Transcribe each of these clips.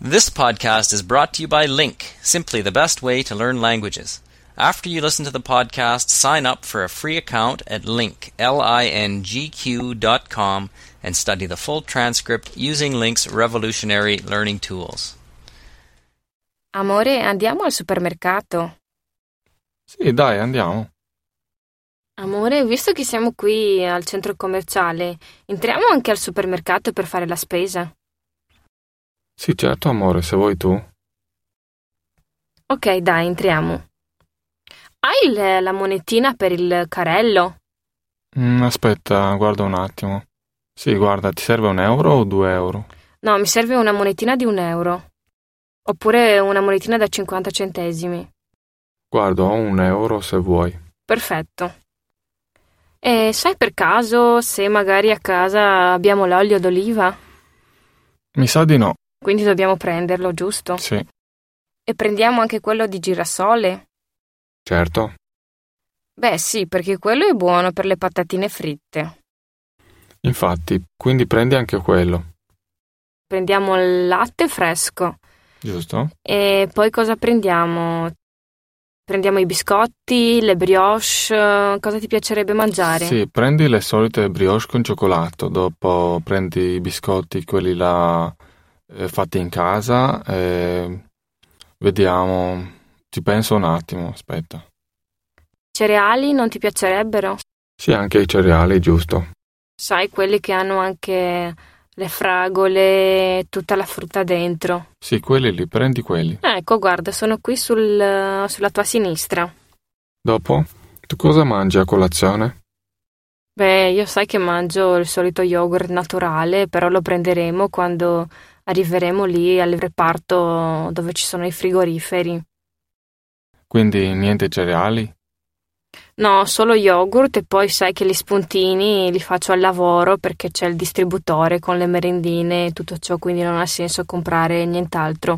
This podcast is brought to you by Link, simply the best way to learn languages. After you listen to the podcast, sign up for a free account at lingq.com and study the full transcript using Link's revolutionary learning tools. Amore, andiamo al supermercato? Sì, dai, andiamo. Amore, visto che siamo qui al centro commerciale, entriamo anche al supermercato per fare la spesa? Sì, certo, amore, se vuoi tu. Ok, dai, entriamo. Hai la monetina per il carrello? Aspetta, guarda un attimo. Sì, guarda, ti serve 1 euro o 2 euro? No, mi serve una monetina di 1 euro. Oppure una monetina da 50 centesimi. Guarda, ho 1 euro se vuoi. Perfetto. E sai per caso se magari a casa abbiamo l'olio d'oliva? Mi sa di no. Quindi dobbiamo prenderlo, giusto? Sì, E prendiamo anche quello di girasole? certo. Beh sì, perché quello è buono per le patatine fritte. Infatti, quindi prendi anche quello, Prendiamo il latte fresco. giusto? E poi cosa prendiamo? Prendiamo i biscotti, le brioche, cosa ti piacerebbe mangiare? Sì, prendi le solite brioche con cioccolato, dopo prendi i biscotti, quelli là fatti in casa, vediamo, ci penso un attimo, aspetta. Cereali non ti piacerebbero? Sì, anche i cereali, giusto. Sai, quelli che hanno anche le fragole, tutta la frutta dentro. Sì, quelli lì, prendi quelli. Ecco, guarda, sono qui sulla tua sinistra. Dopo, tu cosa mangi a colazione? Beh, io sai che mangio il solito yogurt naturale, però lo prenderemo quando arriveremo lì al reparto dove ci sono i frigoriferi. Quindi niente cereali? No, solo yogurt e poi sai che gli spuntini li faccio al lavoro perché c'è il distributore con le merendine e tutto ciò, quindi non ha senso comprare nient'altro.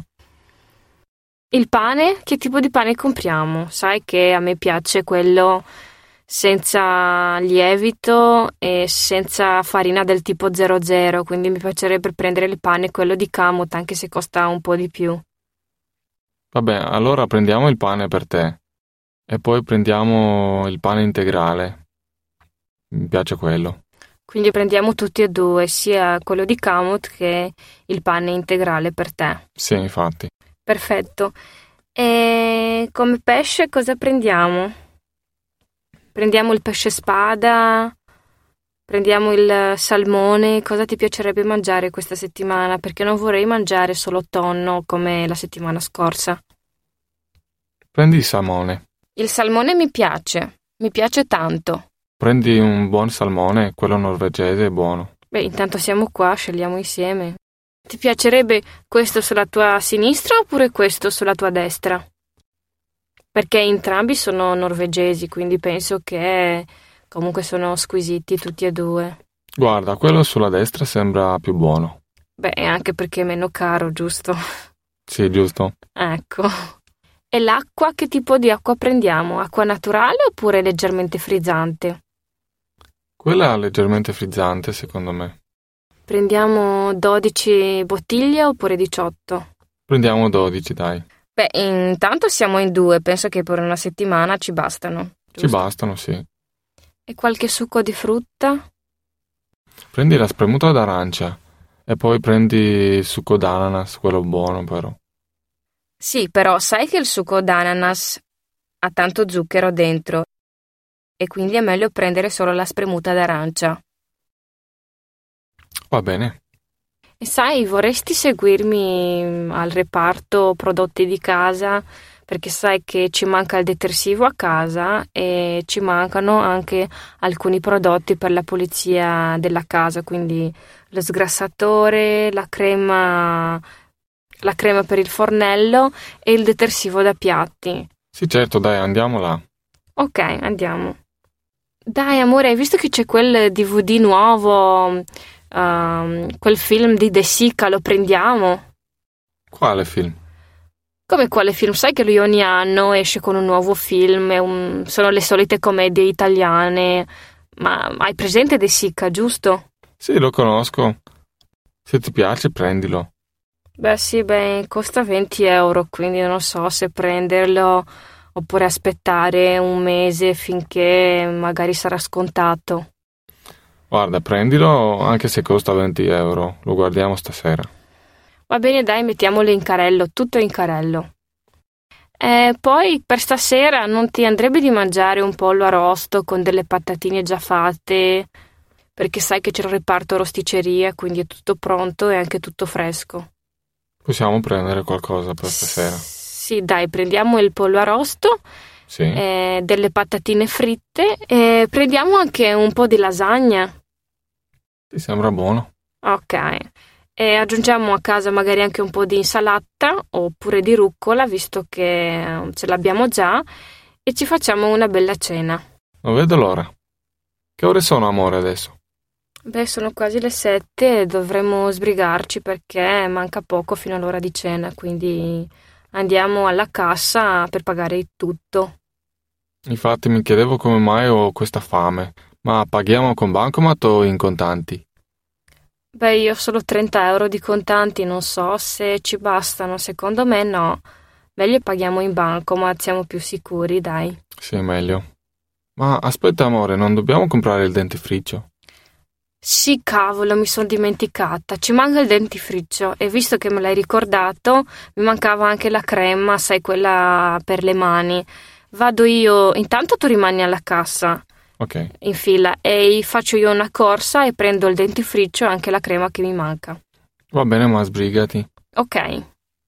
Il pane? Che tipo di pane compriamo? Sai che a me piace quello senza lievito e senza farina del tipo 00, quindi mi piacerebbe prendere il pane quello di Kamut, anche se costa un po' di più. Vabbè, allora prendiamo il pane per te e poi prendiamo il pane integrale. Mi piace quello. Quindi prendiamo tutti e due, sia quello di Kamut che il pane integrale per te. Sì, infatti. Perfetto. E come pesce cosa prendiamo? Prendiamo il pesce spada, prendiamo il salmone. Cosa ti piacerebbe mangiare questa settimana? Perché non vorrei mangiare solo tonno come la settimana scorsa. Prendi il salmone. Il salmone mi piace tanto. Prendi un buon salmone, quello norvegese è buono. Beh, intanto siamo qua, scegliamo insieme. Ti piacerebbe questo sulla tua sinistra oppure questo sulla tua destra? Perché entrambi sono norvegesi, quindi penso che comunque sono squisiti tutti e due. Guarda, quello sulla destra sembra più buono. Beh, anche perché è meno caro, giusto? Sì, giusto. Ecco. E l'acqua, che tipo di acqua prendiamo? Acqua naturale oppure leggermente frizzante? Quella è leggermente frizzante, secondo me. Prendiamo 12 bottiglie oppure 18? Prendiamo 12, dai. Beh, intanto siamo in 2, penso che per una settimana ci bastano. Ci Giusto? bastano, sì. E qualche succo di frutta? Prendi la spremuta d'arancia e poi prendi il succo d'ananas, quello buono però. Sì, però sai che il succo d'ananas ha tanto zucchero dentro e quindi è meglio prendere solo la spremuta d'arancia. Va bene. E sai, vorresti seguirmi al reparto prodotti di casa? Perché sai che ci manca il detersivo a casa e ci mancano anche alcuni prodotti per la pulizia della casa, quindi lo sgrassatore, la crema per il fornello e il detersivo da piatti. Sì, certo, dai, andiamo là. Ok, andiamo. Dai, amore, hai visto che c'è quel DVD nuovo, quel film di De Sica, lo prendiamo? Quale film? Come quale film? Sai che lui ogni anno esce con un nuovo film, sono le solite commedie italiane, ma hai presente De Sica, giusto? Sì, lo conosco. Se ti piace, prendilo. Beh sì, costa 20 euro, quindi non so se prenderlo oppure aspettare un mese finché magari sarà scontato. Guarda, prendilo anche se costa 20 euro, lo guardiamo stasera. Va bene, dai, mettiamolo in carrello, tutto in carrello. E poi per stasera non ti andrebbe di mangiare un pollo arrosto con delle patatine già fatte? Perché sai che c'è il reparto rosticceria, quindi è tutto pronto e anche tutto fresco. Possiamo prendere qualcosa per stasera? Sì, dai, prendiamo il pollo arrosto, Sì? delle patatine fritte e prendiamo anche un po' di lasagna. Ti sembra buono? Ok. E aggiungiamo a casa magari anche un po' di insalata oppure di rucola, visto che ce l'abbiamo già, e ci facciamo una bella cena. Non vedo l'ora. Che ore sono, amore, adesso? Beh, sono quasi le 7 e dovremmo sbrigarci perché manca poco fino all'ora di cena, quindi andiamo alla cassa per pagare il tutto. Infatti mi chiedevo come mai ho questa fame, ma paghiamo con bancomat o in contanti? Beh, io ho solo 30 euro di contanti, non so se ci bastano, secondo me no. Meglio paghiamo in bancomat, siamo più sicuri, dai. Sì, meglio. Ma aspetta, amore, non dobbiamo comprare il dentifricio? Sì, cavolo, mi sono dimenticata. Ci manca il dentifricio e visto che me l'hai ricordato, mi mancava anche la crema, sai, quella per le mani. Vado io, intanto tu rimani alla cassa Ok. in fila e faccio io una corsa e prendo il dentifricio e anche la crema che mi manca. Va bene, ma sbrigati. Ok.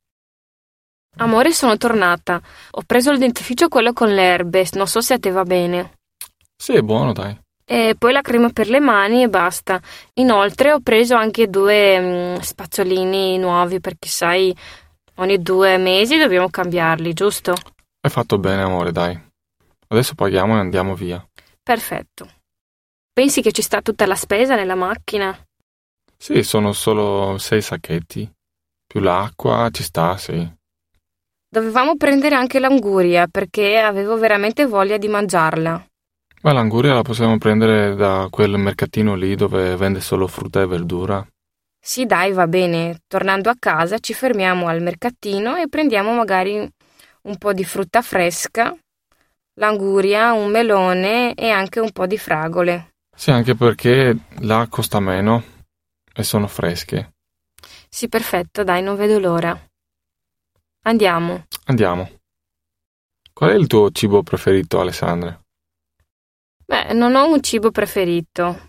Amore, sono tornata. Ho preso il dentifricio quello con le erbe, non so se a te va bene. Sì, è buono, dai. E poi la crema per le mani e basta. Inoltre ho preso anche 2 spazzolini nuovi perché sai, ogni 2 mesi dobbiamo cambiarli, giusto? Hai fatto bene, amore, dai. Adesso paghiamo e andiamo via. Perfetto. Pensi che ci sta tutta la spesa nella macchina? Sì, sono solo 6 sacchetti. Più l'acqua, ci sta, sì. Dovevamo prendere anche l'anguria perché avevo veramente voglia di mangiarla. Ma l'anguria la possiamo prendere da quel mercatino lì dove vende solo frutta e verdura? Sì, dai, va bene. Tornando a casa ci fermiamo al mercatino e prendiamo magari un po' di frutta fresca, l'anguria, un melone e anche un po' di fragole. Sì, anche perché là costa meno e sono fresche. Sì, perfetto, dai, non vedo l'ora. Andiamo. Andiamo. Qual è il tuo cibo preferito, Alessandra? Beh, non ho un cibo preferito.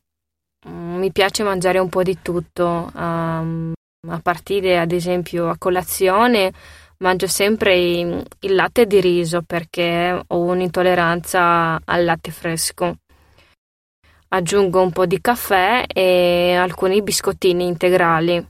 Mi piace mangiare un po' di tutto. A partire, ad esempio, a colazione mangio sempre il latte di riso perché ho un'intolleranza al latte fresco. Aggiungo un po' di caffè e alcuni biscottini integrali.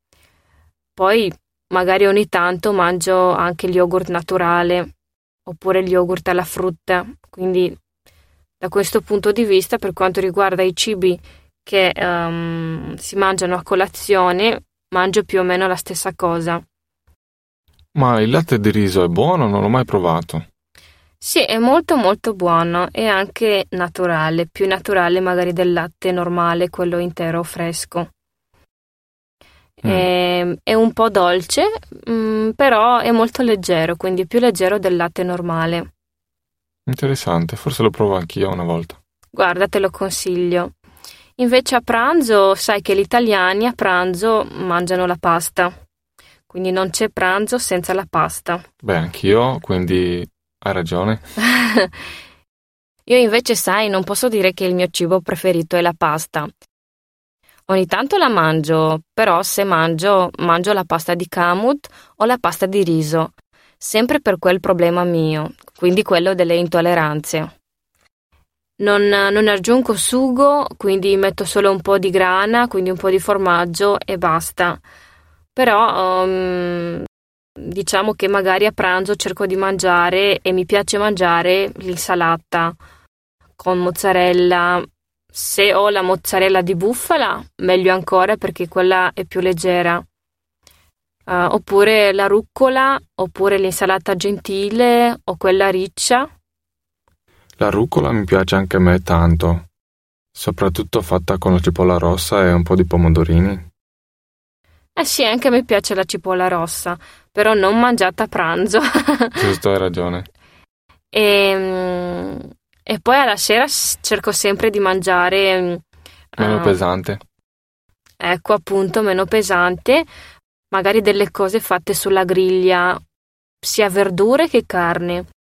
Poi magari ogni tanto mangio anche il yogurt naturale oppure il yogurt alla frutta. Quindi da questo punto di vista, per quanto riguarda i cibi che si mangiano a colazione, mangio più o meno la stessa cosa. Ma il latte di riso è buono? Non l'ho mai provato. Sì, è molto molto buono e anche naturale, più naturale magari del latte normale, quello intero fresco. È un po' dolce, però è molto leggero, quindi più leggero del latte normale. Interessante, forse lo provo anch'io una volta. Guarda, te lo consiglio. Invece a pranzo, sai che gli italiani a pranzo mangiano la pasta, quindi non c'è pranzo senza la pasta. Beh, anch'io, quindi hai ragione. Io invece, sai, non posso dire che il mio cibo preferito è la pasta. Ogni tanto la mangio, però se mangio la pasta di kamut o la pasta di riso, sempre per quel problema mio, quindi quello delle intolleranze. Non aggiungo sugo, quindi metto solo un po' di grana, quindi un po' di formaggio e basta. Però diciamo che magari a pranzo cerco di mangiare e mi piace mangiare l'insalata con mozzarella. Se ho la mozzarella di bufala, meglio ancora perché quella è più leggera. Oppure la rucola, oppure l'insalata gentile o quella riccia. La rucola mi piace anche a me tanto, soprattutto fatta con la cipolla rossa e un po' di pomodorini. Sì, anche a me piace la cipolla rossa, però non mangiata a pranzo. Giusto, hai ragione. E poi alla sera cerco sempre di mangiare Meno pesante. ecco, appunto, meno pesante, magari delle cose fatte sulla griglia, sia verdure che carne.